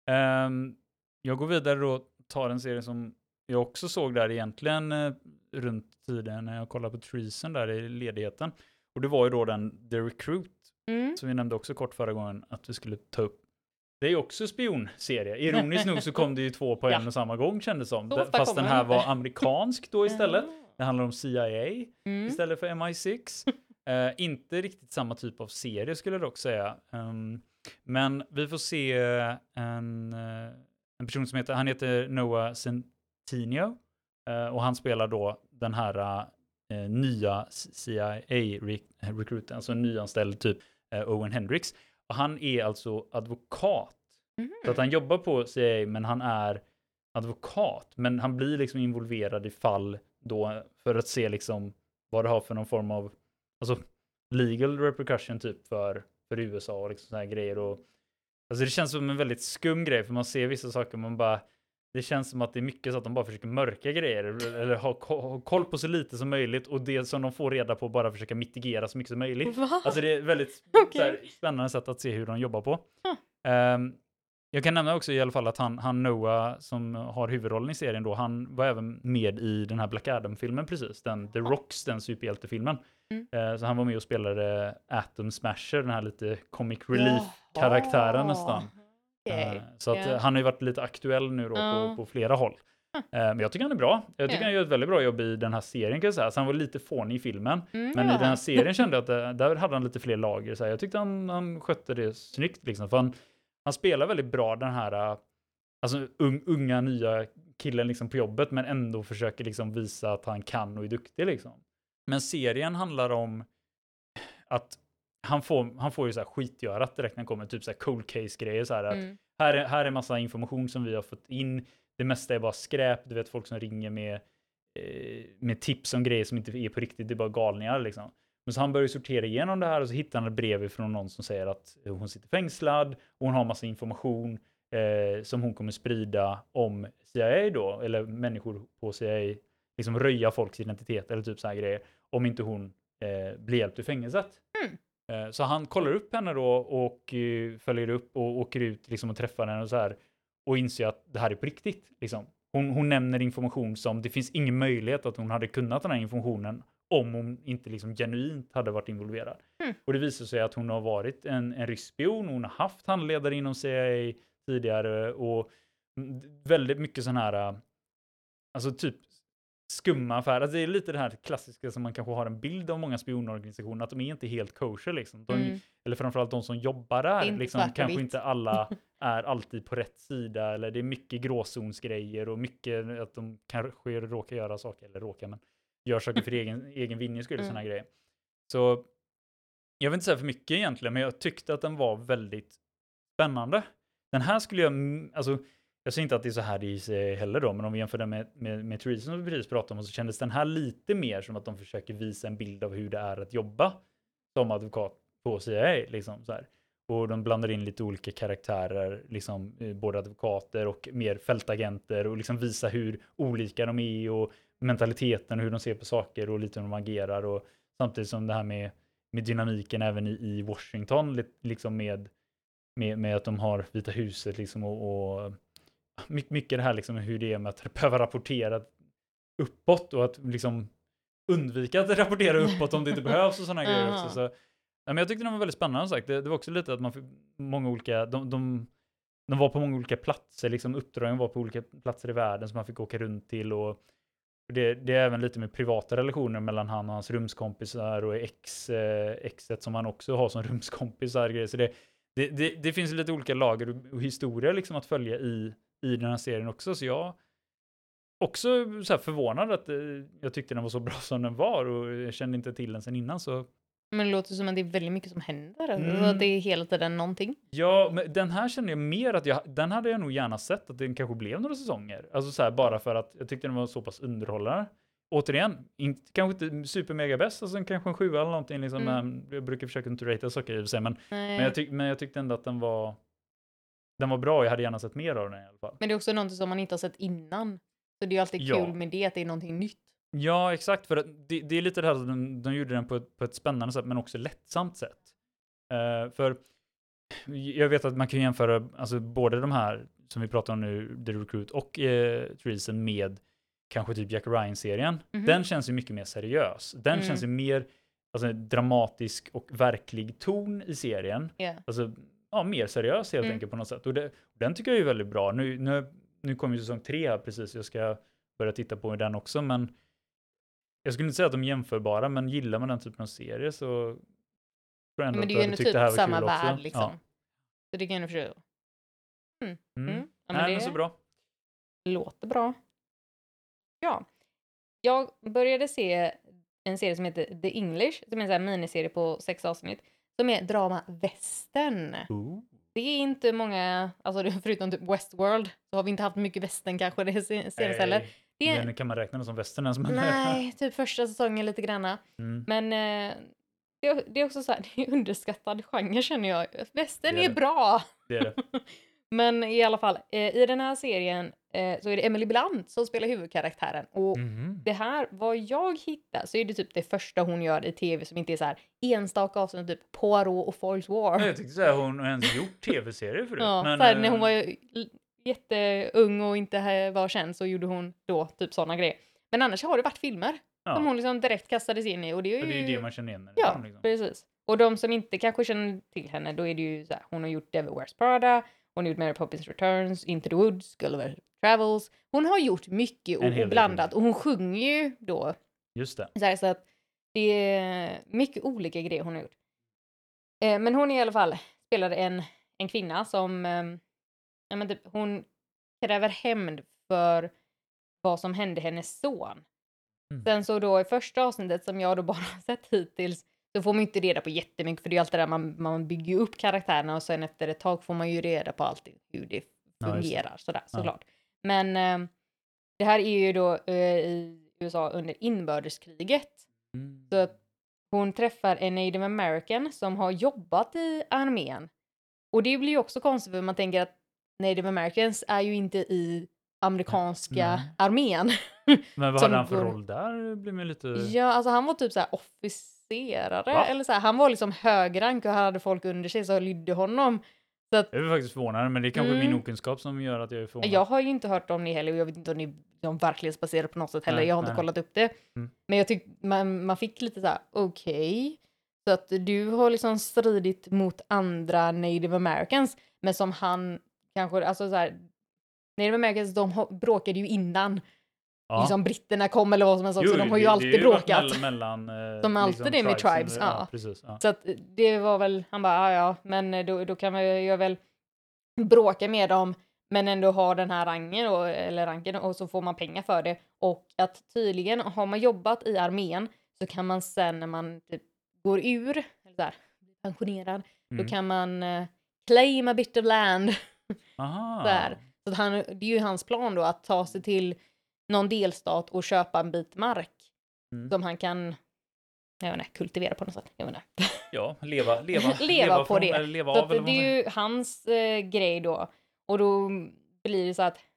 Um, jag går vidare och tar en serie som jag också såg där egentligen uh, runt tiden när jag kollade på Treason där i ledigheten. Och det var ju då den The Recruit, Mm. som vi nämnde också kort förra gången att vi skulle ta upp. Det är ju också spionserie. Ironiskt nog så kom det ju två på en Ja. och samma gång kändes som. Så ofta Fast den kommer här den var inte. amerikansk då istället. Det handlar om C I A Mm. istället för M I sex. Uh, inte riktigt samma typ av serie skulle jag dock säga. Um, men vi får se en, uh, en person som heter, han heter Noah Centineo. Uh, och han spelar då den här uh, nya C I A-recruiten, alltså en nyanställd typ uh, Owen Hendricks. Och han är alltså advokat. Mm. Så att han jobbar på C I A men han är advokat. Men han blir liksom involverad i fall då för att se liksom vad det har för någon form av alltså legal repercussion typ för, för U S A och liksom såna här grejer. Och, alltså det känns som en väldigt skum grej för man ser vissa saker man bara det känns som att det är mycket så att de bara försöker mörka grejer eller ha, ha koll på så lite som möjligt och det som de får reda på bara försöka mitigera så mycket som möjligt. Va? Alltså det är väldigt Okay. så här, spännande sätt att se hur de jobbar på. Huh. Um, jag kan nämna också i alla fall att han, han Noah som har huvudrollen i serien då, han var även med i den här Black Adam-filmen precis, den The Rocks, den superhjältefilmen. Mm. Uh, så han var med och spelade Atom Smasher, den här lite comic relief-karaktären nästan. Okay. Uh, så att, Yeah. uh, han har ju varit lite aktuell nu då uh. på, på flera håll. Uh, men jag tycker han är bra. Jag tycker yeah. han gör ett väldigt bra jobb i den här serien kan jag säga. Så han var lite fånig i filmen. Mm, men ja. i den här serien kände jag att uh, där hade han lite fler lager. Så här. Jag tyckte han, han skötte det snyggt liksom. För han, han spelar väldigt bra den här uh, alltså, un, unga nya killen liksom på jobbet. Men ändå försöker liksom visa att han kan och är duktig liksom. Men serien handlar om att han får, han får ju så här skitgörat direkt när han kommer. Typ så här cold case-grejer. Så här, att Mm. här, är, här är massa information som vi har fått in. Det mesta är bara skräp. Du vet folk som ringer med, eh, med tips om grejer som inte är på riktigt. Det är bara galningar liksom. Men så han börjar sortera igenom det här och så hittar han ett brev från någon som säger att hon sitter fängslad. Och hon har massa information eh, som hon kommer sprida om C I A då. Eller människor på C I A. Liksom röja folks identitet eller typ så här grejer. Om inte hon eh, blir hjälpt ur fängelset. Mm. Eh, så han kollar upp henne då och uh, följer upp och åker ut liksom, och träffar henne och så här. Och inser att det här är på riktigt. Liksom. Hon, hon nämner information som det finns ingen möjlighet att hon hade kunnat den här informationen om hon inte liksom genuint hade varit involverad. Mm. Och det visar sig att hon har varit en, en rysk spion. Hon har haft handledare inom C I A tidigare och väldigt mycket sån här alltså typ skumma affärer. Alltså det är lite det här klassiska som man kanske har en bild av många spionorganisationer att de är inte helt kosher liksom. De, Mm. Eller framförallt de som jobbar där Inte liksom, svart och kanske vitt. inte alla är alltid på rätt sida eller det är mycket gråzonsgrejer och mycket att de kanske råkar göra saker eller råkar men gör saker för egen, egen vinning skulle Mm. såna här grejer. Så jag vill inte säga för mycket egentligen men jag tyckte att den var väldigt spännande. Den här skulle jag alltså jag säger inte att det är så här det är i sig heller då, men om vi jämför den med, med, med Treason som vi precis pratade om så kändes den här lite mer som att de försöker visa en bild av hur det är att jobba som advokat på C I A. Liksom, så här. Och de blandar in lite olika karaktärer, liksom, både advokater och mer fältagenter och liksom visa hur olika de är och mentaliteten och hur de ser på saker och lite hur de agerar. Och samtidigt som det här med, med dynamiken även i, i Washington, liksom med, med, med att de har Vita huset liksom och, och mycket, mycket det här liksom hur det är med att behöva rapportera uppåt och att liksom undvika att rapportera uppåt om det inte behövs och sådana uh-huh. grejer också. Så, ja, men jag tyckte det var väldigt spännande sagt. Det, det var också lite att man fick många olika, de, de, de var på många olika platser, liksom uppdragen var på olika platser i världen som man fick åka runt till och det, det är även lite med privata relationer mellan han och hans rumskompisar och ex, eh, exet som han också har som rumskompisar. Så det, det, det, det finns lite olika lager och, och historier liksom att följa i i den här serien också, så jag också så här förvånad att eh, jag tyckte den var så bra som den var och jag kände inte till den sen innan så. Men det låter som att det är väldigt mycket som händer, alltså Mm. det är hela tiden någonting. Ja, men den här kände jag mer att jag, den hade jag nog gärna sett att den kanske blev några säsonger, alltså så här bara för att jag tyckte den var så pass underhållande. Återigen, inte, kanske inte super mega bäst, alltså kanske en sjua eller någonting liksom, Mm. men jag brukar försöka inte rata saker i och för sig, men, Nej. men, jag tyck, men jag tyckte ändå att den var den var bra, jag hade gärna sett mer av den i alla fall. Men det är också någonting som man inte har sett innan. Så det är ju alltid Ja. kul med det, att det är någonting nytt. Ja, exakt. För att det, det är lite det här att de, de gjorde den på ett, på ett spännande sätt, men också lättsamt sätt. Uh, för jag vet att man kan jämföra alltså, både de här som vi pratar om nu, The Recruit och eh, Treason med kanske typ Jack Ryan-serien. Mhm. Den känns ju mycket mer seriös. Den Mm. känns ju mer alltså, dramatisk och verklig ton i serien. Ja. Alltså, ja, mer seriös helt Mm. enkelt på något sätt. Och det, den tycker jag är väldigt bra. Nu, nu, nu kommer ju säsong tre här precis. Jag ska börja titta på den också, men jag skulle inte säga att de är jämförbara, men gillar man den typen av serie så tror jag ändå Men att det du är ju hade ändå tyckt det här typ var samma kul också. värld liksom. Ja. Så det kan jag nog förstå. Mm. Mm. Mm. Ja, men Nej, det men så bra. låter bra. Ja. Jag började se en serie som heter The English, som är en sån här miniserie på sex avsnitt, som är drama western. Ooh. Det är inte många, alltså förutom typ Westworld, så har vi inte haft mycket western kanske det senaste heller. Nej, Det är, men kan man räkna det som västern ens? Men- nej, typ första säsongen lite granna. Mm. Men eh, det, är- det är också så här, det är underskattad genre känner jag. Western Det är är det. bra! Det är det. Men i alla fall, eh, i den här serien eh, så är det Emily Blunt som spelar huvudkaraktären. Och Mhm. det här, vad jag hittar, så är det typ det första hon gör i tv som inte är så här enstaka avsnitt, typ Poirot och Foyle's War. Jag tyckte säga hon har ens gjort tv-serier förut. Ja, men, så här, när hon eh, var ju l- jätteung och inte eh, var känd så gjorde hon då typ sådana grejer. Men annars har det varit filmer ja, som hon liksom direkt kastades in i. Och det är och ju... det är ju det man känner igen. Ja, ifrån, liksom. precis. Och de som inte kanske känner till henne, då är det ju så här, hon har gjort Devil Wears Prada, hon har gjort Mary Poppins Returns, Into the Woods, Gulliver Travels. Hon har gjort mycket En och, hel och del blandat. Och hon sjunger ju då. Just det. Så, här, så att det är mycket olika grejer hon har gjort. Eh, men hon är i alla fall spelade en, en kvinna som eh, ja, men typ, hon kräver hämnd för vad som hände hennes son. Mm. Sen så då i första avsnittet som jag då bara har sett hittills så får man inte reda på jättemycket för det är alltid där man, man bygger ju upp karaktärerna och sen efter ett tag får man ju reda på allt hur det Ja, just det. fungerar sådär Ja. såklart. Men eh, det här är ju då eh, i U S A under inbördeskriget. Mm. Så att hon träffar en native american som har jobbat i armén. Och det blir ju också konstigt för man tänker att native americans är ju inte i amerikanska Nej. armén. Men vad som hade han för går- roll där? Blir man lite... Ja, alltså han var typ så här officerare. Va? Eller så här, han var liksom hög rank och hade folk under sig så lydde honom. Så att, Jag är faktiskt förvånad, men det är kanske Mm. min okunskap som gör att jag är förvånad. jag har ju inte hört om det heller och jag vet inte om det är de verklighetsbaserade på något sätt heller. Nej, jag har inte nej. kollat upp det. Mm. Men jag tyckte man, man fick lite så här, okej. Så att du har liksom stridit mot andra native americans. Men som han kanske, alltså så här, native americans de har, bråkade ju innan Ja. liksom britterna kom eller vad som helst. Jo, Så de har ju det- alltid det har varit bråkat. Mellan, mellan, eh, Som alltid det med tribesen. tribes, ja. Precis. Ja. Så att det var väl, han bara, ja ja, men då, då kan man ju jag väl bråka med dem, men ändå ha den här rangen då, eller ranken och så får man pengar för det. Och att tydligen har man jobbat i armén så kan man sen när man typ går ur, eller där, blir pensionerad, Mm. då kan man uh, claim a bit of land. Aha. Där. Så att han, det är ju hans plan då att ta sig till någon delstat och köpa en bit mark Mm. som han kan jag vet inte, kultivera på något sätt. Jag vet inte. Ja, leva, leva, Leva på från, det. Eller leva Så av, att eller vad det man är säger. ju hans eh, grej då. Och då blir det så att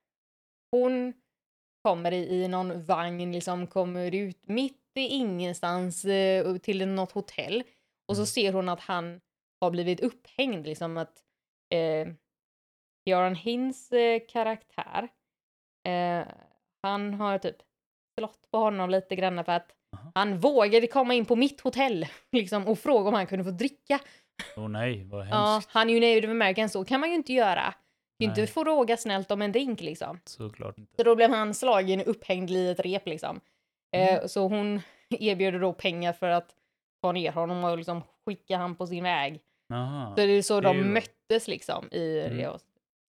hon kommer i, i någon vagn, liksom kommer ut mitt i ingenstans eh, till något hotell. Och så Mm. ser hon att han har blivit upphängd, liksom att eh, Ciaran Hinds eh, karaktär, eh, han har typ slått på honom lite grann för att Aha. han vågade komma in på mitt hotell liksom, och fråga om han kunde få dricka. Åh nej, vad Ja, hemskt. han är ju native american, så kan man ju inte göra. Du kan ju Nej. inte fråga snällt om en drink liksom. Såklart inte. Så då blev han slagen upphängd i ett rep liksom. Mm. Eh, så hon erbjöd då pengar för att ta ner honom och liksom skicka han på sin väg. Aha. Så det är så det är de ju bra. möttes liksom i Mm. det.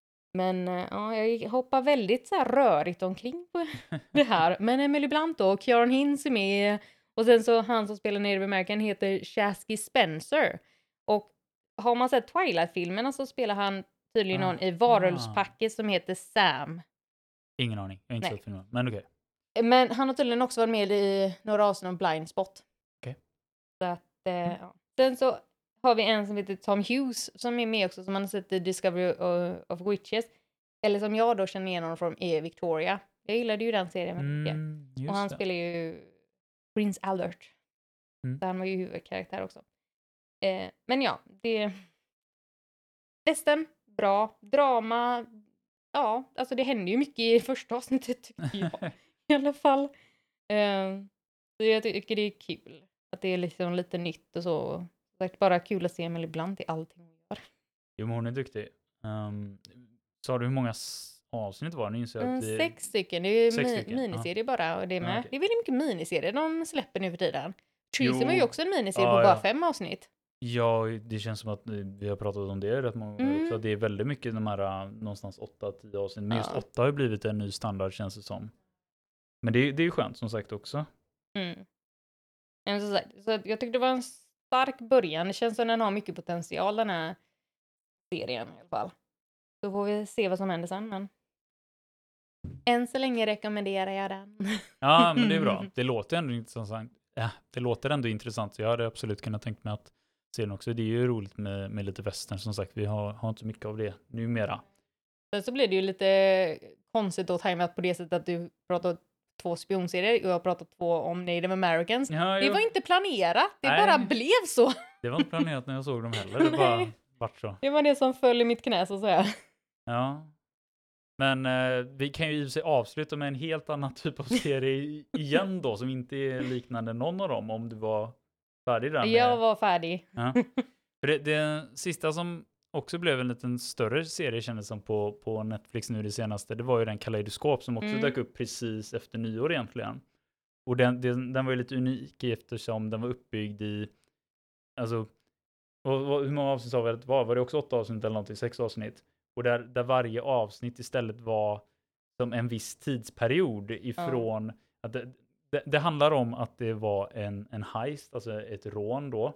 Men eh, ja, jag hoppar väldigt så här rörigt omkring på det här. Men Emily Blunt då, och Ciaran Hinds är med. Och sen så han som spelar Native American heter Shasky Spencer. Och har man sett Twilight-filmerna så spelar han tydligen någon i varulvspacket som heter Sam. Ingen aning. Jag har inte Nej. sett filmen. Men okej. Men han har tydligen också varit med i några avsnitt om Blind Spot. Okej. Så att, eh, ja. Sen så har vi en som heter Tom Hughes som är med också, som man har sett i Discovery of, of Witches. Eller som jag då känner igen honom från är Victoria. Jag gillade ju den serien väldigt mycket. Mm, just Och han det. spelar ju Prince Albert. Mm. Så han var ju huvudkaraktär också. Eh, men ja, det... Resten, bra. Drama, ja, alltså det händer ju mycket i första avsnittet tycker jag i alla fall. Eh, så jag tycker det är kul att det är liksom lite nytt och så. Det är bara kul att se Emily Blunt i allting hon gör. Jo, men hon är duktig. Um, sa du hur många s- avsnitt var det? Nu inser jag Mm, att det... sex stycken, det är ju Sex mi- stycken, miniserie bara och det är Ja, med. okej. Det är väldigt mycket miniserier de släpper nu för tiden. Treason Jo. var ju också en miniserie Ja, på bara ja. fem avsnitt. Ja, det känns som att eh, vi har pratat om det rätt många gånger Mm. också. Det är väldigt mycket de här uh, någonstans åtta tio avsnitt. Men just Ja. åtta har ju blivit en ny standard känns det som. Men det, det är ju skönt som sagt också. Mm. Men så, sagt, så att jag tyckte det var en stark början. Det känns som den har mycket potential den här serien i alla fall. Så får vi se vad som händer sen. Men än så länge rekommenderar jag den. Ja, men det är bra. Det låter ändå intressant. Ja, det låter ändå intressant. Så jag hade absolut kunnat tänka mig att se den också. Det är ju roligt med, med lite western som sagt. Vi har, har inte så mycket av det numera. Sen så blir det ju lite konstigt då tajmat på det sättet att du pratar två spionserier och jag har pratat två om Native Americans. Ja, Det jo. var inte planerat, det Nej. bara blev så. Det var inte planerat när jag såg dem heller. Det bara Nej. vart så. Det var det som föll i mitt knä så att säga. Ja. Men eh, vi kan ju i och för sig avsluta med en helt annan typ av serie i- igen då, som inte är liknande någon av dem, om du var färdig där med... Jag var färdig. Ja. För det, det sista som också blev en liten större serie kändes som på, på Netflix nu det senaste, det var ju den Kaleidoskop som också Mm. dök upp precis efter nyår egentligen. Och den, den, den var ju lite unik eftersom den var uppbyggd i, alltså, och, och, hur många avsnitt sa vi att det var? Var det också åtta avsnitt eller någonting? Sex avsnitt? Och där, där varje avsnitt istället var som en viss tidsperiod ifrån att det, det, det handlar om att det var en, en heist, alltså ett rån då.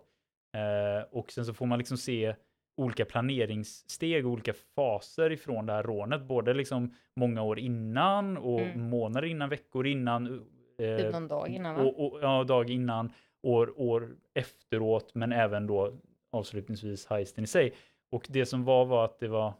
Eh, och sen så får man liksom se olika planeringssteg, olika faser ifrån det här rånet, både liksom många år innan och Mm. månader innan, veckor innan. Eh, Typ någon dag innan va? och, och, ja, dag innan, år, år efteråt, men även då avslutningsvis heisten i sig. Och det som var var att det var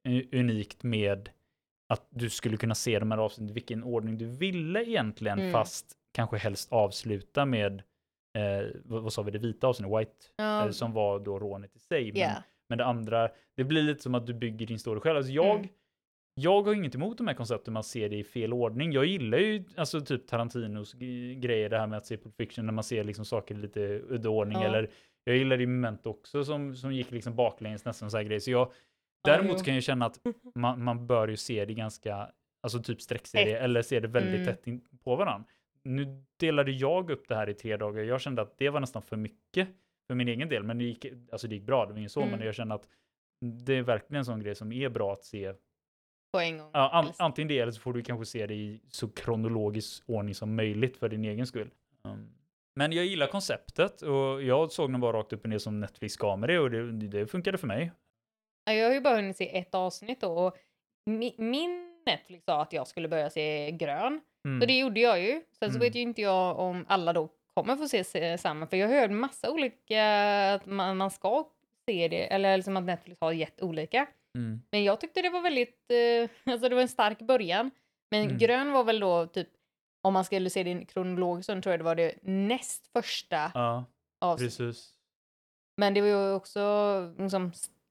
unikt med att du skulle kunna se de här avsnitten i vilken ordning du ville egentligen, Mm. fast kanske helst avsluta med eh, vad, vad sa vi, det vita avsnittet, White, Ja, eh, som var då rånet i sig. Men, ja. men det andra, det blir lite som att du bygger din story själv. Alltså jag, Mm. jag har inget emot de här koncepten man ser det i fel ordning. Jag gillar ju alltså typ Tarantinos g- grejer, det här med att se Pulp Fiction när man ser liksom saker i lite udda ordning. Ja. Eller jag gillar i Memento också som, som gick liksom baklänges nästan så här grejer. Så jag, Ja, däremot jo. kan jag känna att man, man bör ju se det ganska, alltså typ streckserie, Ett. eller se det väldigt Mm. tätt in på varandra. Nu delade jag upp det här i tre dagar. Jag kände att det var nästan för mycket för min egen del, men det gick, alltså det gick bra, det var ingen så, Mm. men jag kände att det är verkligen en sån grej som är bra att se. På en gång. Ja, an, helst. antingen det eller så får du kanske se det i så kronologisk ordning som möjligt för din egen skull. Um, men jag gillar konceptet och jag såg den bara rakt upp och ner som Netflix gav med det och det, det funkade för mig. Ja, jag har ju bara hunnit se ett avsnitt då och mi- min Netflix sa att jag skulle börja se grön. Mm. Så det gjorde jag ju. Sen så Mm. vet ju inte jag om alla då kommer få se se samma. För jag har hört massa olika att man, man ska se det. Eller liksom att Netflix har gett olika. Mm. Men jag tyckte det var väldigt, eh, alltså det var en stark början. Men Mm. grön var väl då typ, om man skulle se det kronologiskt så tror jag det var det näst första Ja, avsnittet. precis. Men det var ju också liksom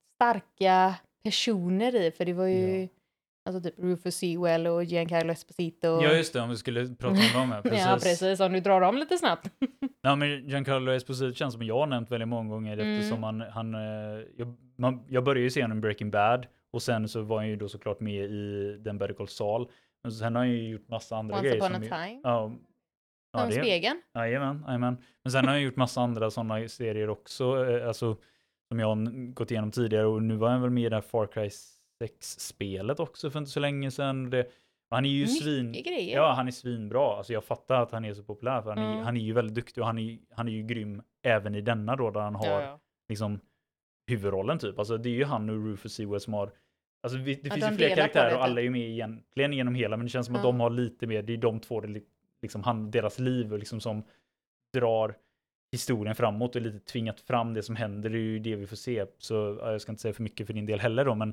starka personer i, för det var ju Ja. alltså typ Rufus Sewell och Giancarlo Esposito. Ja, just det, om vi skulle prata om dem här. Precis. Ja, precis. Om du drar dem lite snabbt. Ja, men Giancarlo Esposito känns som jag har nämnt väldigt många gånger Mm. eftersom han, han eh, jag, man, jag började ju se honom i Breaking Bad och sen så var han ju då såklart med i den Better Call Saul. Men sen har han ju gjort massa andra Once grejer. upon a som ju- time. Ja, ja, Som det, Spegeln. jajamän, jajamän. Men sen har han gjort massa andra sådana serier också, eh, alltså som jag har gått igenom tidigare och nu var han väl med i det här Far Cry sex-spelet också för inte så länge sedan. Det, han är ju Mycket svin... grejer. Ja, han är svinbra. Alltså jag fattar att han är så populär för han, är, Mm. han är ju väldigt duktig och han är, han är ju grym även i denna då där han har Ja, ja. liksom huvudrollen typ. Alltså det är ju han och Rufus Sewell som har, alltså vi, det Att finns de ju fler delar på karaktärer det, och alla typ. är ju med egentligen genom hela, men det känns som att Ja. de har lite mer, det är de två, det li- liksom han, deras liv och liksom som drar historien framåt och lite tvingat fram det som händer, det är ju det vi får se. Så ja, jag ska inte säga för mycket för din del heller då, men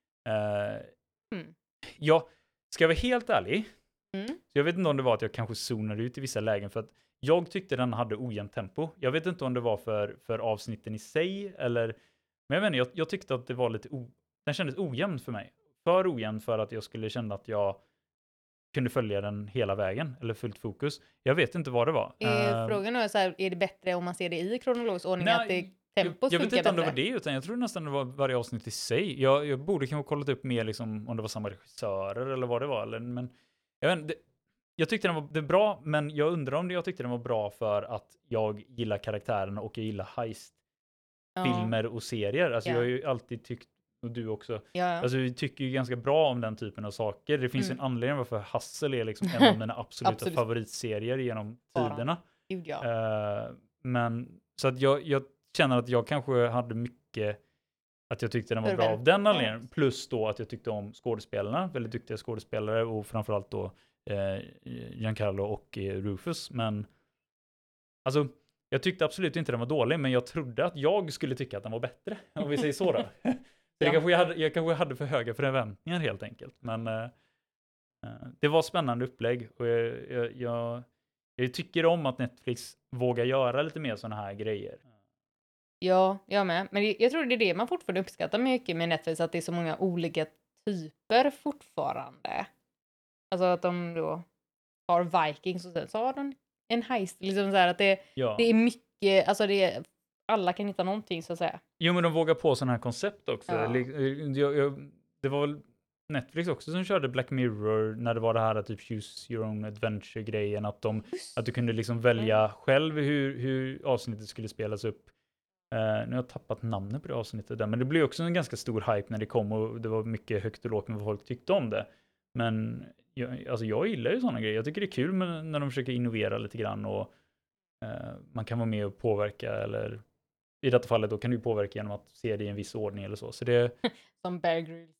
eh, Mm. ja, ska jag vara helt ärlig, Mm. så jag vet inte om det var att jag kanske zonade ut i vissa lägen för att jag tyckte den hade ojämnt tempo. Jag vet inte om det var för, för avsnitten i sig eller, men jag vet inte, jag, jag tyckte att det var lite, o, den kändes ojämn för mig. för ojämn för att jag skulle känna att jag kunde följa den hela vägen, eller fullt fokus. Jag vet inte vad det var. Är Eh, frågan är så här, är det bättre om man ser det i kronologisk ordning nej, att det jag, tempot jag vet funkar inte om det bättre? var det, utan jag tror nästan det var varje avsnitt i sig. Jag, jag borde kanske ha kollat upp mer liksom, om det var samma regissörer eller vad det var. Eller, men jag, vet, inte, det, jag tyckte den var det bra, men jag undrar om det, jag tyckte den var bra för att jag gillar karaktärerna och jag gillar heist-filmer Ja. och serier. Alltså Ja. jag har ju alltid tyckt, och du också, Ja. alltså vi tycker ju ganska bra om den typen av saker. Det finns Mm. en anledning varför Hustle är liksom en av mina absoluta Absolut. favoritserier genom Bara. tiderna. Gud, ja. Eh, men så att jag, jag känner att jag kanske hade mycket att jag tyckte den var bra av den anledningen. Plus då att jag tyckte om skådespelarna, väldigt duktiga skådespelare och framförallt då eh, Giancarlo och eh, Rufus. Men alltså, jag tyckte absolut inte den var dålig, men jag trodde att jag skulle tycka att den var bättre, om vi säger så då. Så Ja. jag, kanske jag, hade, jag kanske hade för höga förväntningar helt enkelt. Men eh, eh, det var spännande upplägg och jag, jag, jag, jag tycker om att Netflix vågar göra lite mer sådana här grejer. Ja, jag med. Men det- jag tror det är det man fortfarande uppskattar mycket med Netflix, att det är så många olika typer fortfarande. Alltså att de då har Vikings och sen så har de en heist. Liksom så här att det, Ja. det är mycket, alltså det är, alla kan hitta någonting så att säga. Jo, men de vågar på sådana här koncept också. Ja. Li- Jag, jag, det var väl Netflix också som körde Black Mirror när det var det här typ Choose Your Own Adventure-grejen. Att, de, att du kunde liksom välja själv hur, hur avsnittet skulle spelas upp. Uh, nu har jag tappat namnet på det avsnittet där, men det blev också en ganska stor hype när det kom och det var mycket högt och lågt med vad folk tyckte om det. Men jag, alltså jag gillar ju sådana grejer. Jag tycker det är kul med, när de försöker innovera lite grann och uh, man kan vara med och påverka, eller i detta fallet då kan du påverka genom att se det i en viss ordning eller så. Så det... Som Bear Grylls.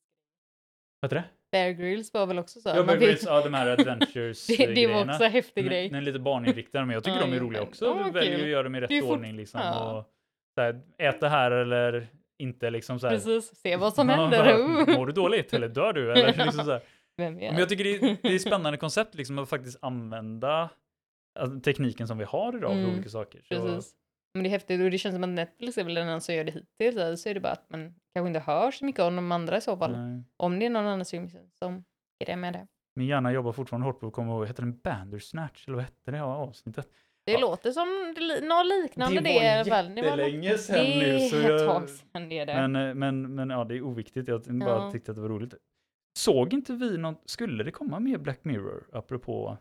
Vad heter det? Bear Grylls var väl också så. Ja, Man Bear fick- Grylls, ja, de här adventures det, det var grejerna. också en häftig Den- grej. Den är lite barninriktad, men jag tycker Ja, de är jo, roliga men också. de var Du väljer kul. att göra dem i rätt Det är fort- ordning liksom. ja. Och, så här, äta här eller inte liksom så här. Precis, se vad som Ja, händer. bara, mår du dåligt eller dör du? Eller, liksom så här. Vem vet? Men jag tycker det är, det är ett spännande koncept liksom, att faktiskt använda alltså, tekniken som vi har idag Mm, för olika saker. Så, Precis. Men det är häftigt och det känns som att Netflix är väl den som gör det hittills. Eller så är det bara att man kanske inte hör så mycket om de andra i så fall. nej. Om det är någon annan streamingtjänst som är det med det. Min hjärna jobbar fortfarande hårt på att komma ihåg, heter den Bandersnatch eller vad hette det ja, avsnittet? Det Ja. låter som li- något liknande det, Det var i alla fall. Det var jättelänge något- sedan det nu, så är ett jag- tag sedan det är det. Men, eh, men, men ja, det är oviktigt. Jag bara Ja. tyckte att det var roligt. Såg inte vi något, skulle det komma med Black Mirror apropå?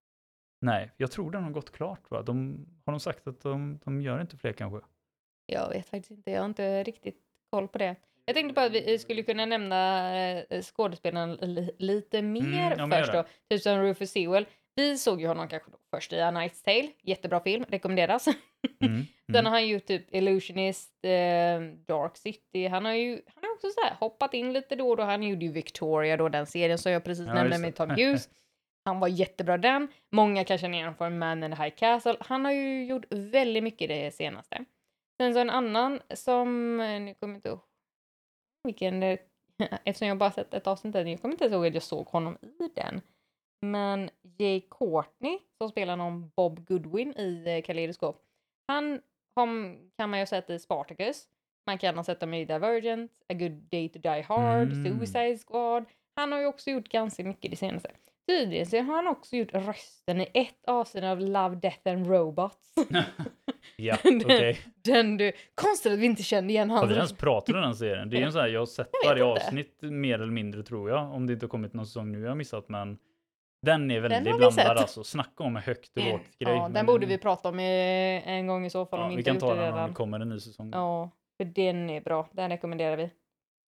Nej, jag tror den har gått klart va? De, har de sagt att de, de gör inte fler kanske? Jag vet faktiskt inte, jag har inte riktigt koll på det. Jag tänkte bara att vi skulle kunna nämna eh, skådespelaren li- lite mer Mm, ja, men först gör då. Typ som Rufus Sewell. Vi såg ju honom kanske då först i A Knight's Tale. Jättebra film, rekommenderas. Mm, Sen mm. har han gjort typ Illusionist, eh, Dark City. Han har ju han har också så här hoppat in lite då och då. Han gjorde ju Victoria då, den serien som jag precis Ja, nämnde just med det. Tom Hughes. Han var jättebra den. Många kan känna igen från Man in the High Castle. Han har ju gjort väldigt mycket det senaste. Sen så en annan som, eh, nu kommer jag inte ihåg vilken, eh, eftersom jag bara sett ett avsnitt där, jag kommer inte ens ihåg att jag såg honom i den. Men Jay Courtney som spelar någon Bob Goodwin i eh, Kaleidoskop. Han har, kan man ju ha sett i Spartacus. Man kan ha sett dem i Divergent, A Good Day to Die Hard, Mm. Suicide Squad. Han har ju också gjort ganska mycket det senaste. Tydligen så har han också gjort rösten i ett avsnitt av Love, Death and Robots. Ja, Den- okej. Den du, konstigt att vi inte kände igen Har hans vi ens pratat om den serien? Det är ju en sån här, jag har sett Jag vet varje inte. avsnitt mer eller mindre tror jag. Om det inte har kommit någon säsong nu jag har missat, men den är väldigt har vi blandad sett. alltså. Snacka om en högt och lågt grej. Ja, Men den borde vi prata om eh, en gång i så fall ja, om vi inte kan gjort ta det den om redan. det kommer en ny säsong. Ja, för den är bra. Den rekommenderar vi.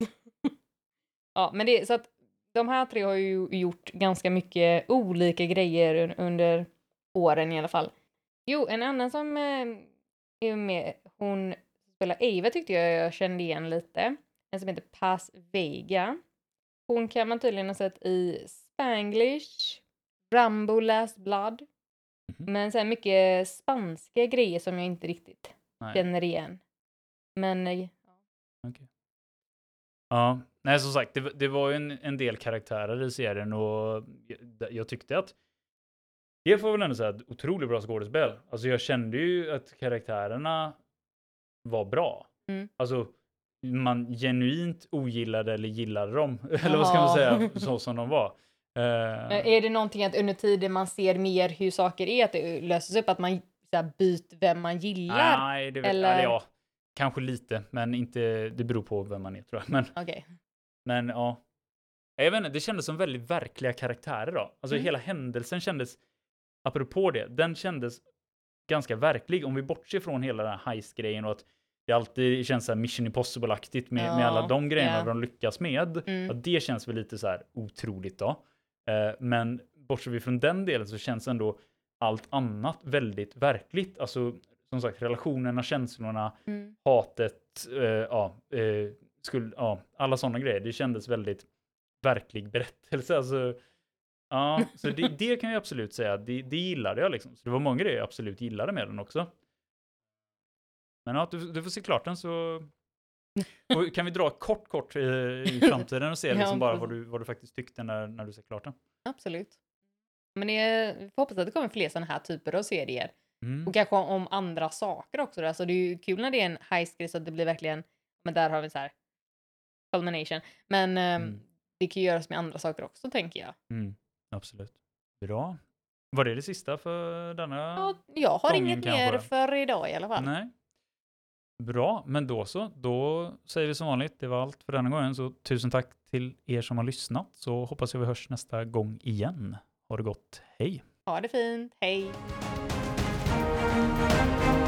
Ja, men det så att de här tre har ju gjort ganska mycket olika grejer un- under åren i alla fall. Jo, en annan som eh, är med, hon spelar Ava tyckte jag jag kände igen lite. En som heter Paz Vega. Hon kan man tydligen ha sett i Spanglish, Rambo Last Blood. Mhm. Men sen mycket spanska grejer som jag inte riktigt Nej. känner igen. Men eh, Okej. Ja, nej som sagt, det, det var ju en, en del karaktärer i serien och jag, jag tyckte att det får väl ändå säga ett otroligt bra skådespel. Alltså jag kände ju att karaktärerna var bra. Mm. Alltså man genuint ogillade eller gillade dem. Eller vad ska man säga, så som de var. Uh, är det någonting att under tiden man ser mer hur saker är, att det löses upp, att man så här, byter vem man gillar? Nej, det vet, eller? Eller, ja, kanske lite, men inte, det beror på vem man är tror jag. Men, okay. men ja, jag vet inte, det kändes som väldigt verkliga karaktärer då. Alltså mm. hela händelsen kändes, apropå det, den kändes ganska verklig. Om vi bortser från hela den här heist-grejen och att det alltid känns så här Mission Impossible-aktigt med, ja, med alla de grejerna yeah. de lyckas med. Mm. Och det känns väl lite så här otroligt då. Eh, men bortser vi från den delen så känns ändå allt annat väldigt verkligt. Alltså som sagt, relationerna, känslorna, mm. hatet, eh, ja, eh, skuld, ja, alla sådana grejer. Det kändes väldigt verklig berättelse. Alltså, ja, så det, det kan jag absolut säga. Det, det gillade jag liksom. Så det var många grejer jag absolut gillade med den också. Men ja, du, du får se klart den så och kan vi dra kort kort i, i framtiden och se liksom ja, bara vad du, vad du faktiskt tyckte när, när du ser klart den. Absolut. Men det, vi får hoppas att det kommer fler sådana här typer av serier. Mm. Och kanske om andra saker också. Alltså det är ju kul när det är en heist så att det blir verkligen, men där har vi så här culmination. Men mm. um, det kan ju göras med andra saker också, tänker jag. Mm. Absolut. Bra. Var det det sista för denna ja, jag har inget kanske? Mer för idag i alla fall. Nej. Bra, men då så. Då säger vi som vanligt, det var allt för denna gången. Så tusen tack till er som har lyssnat. Så hoppas jag vi hörs nästa gång igen. Ha det gott. Hej! Ha det fint. Hej!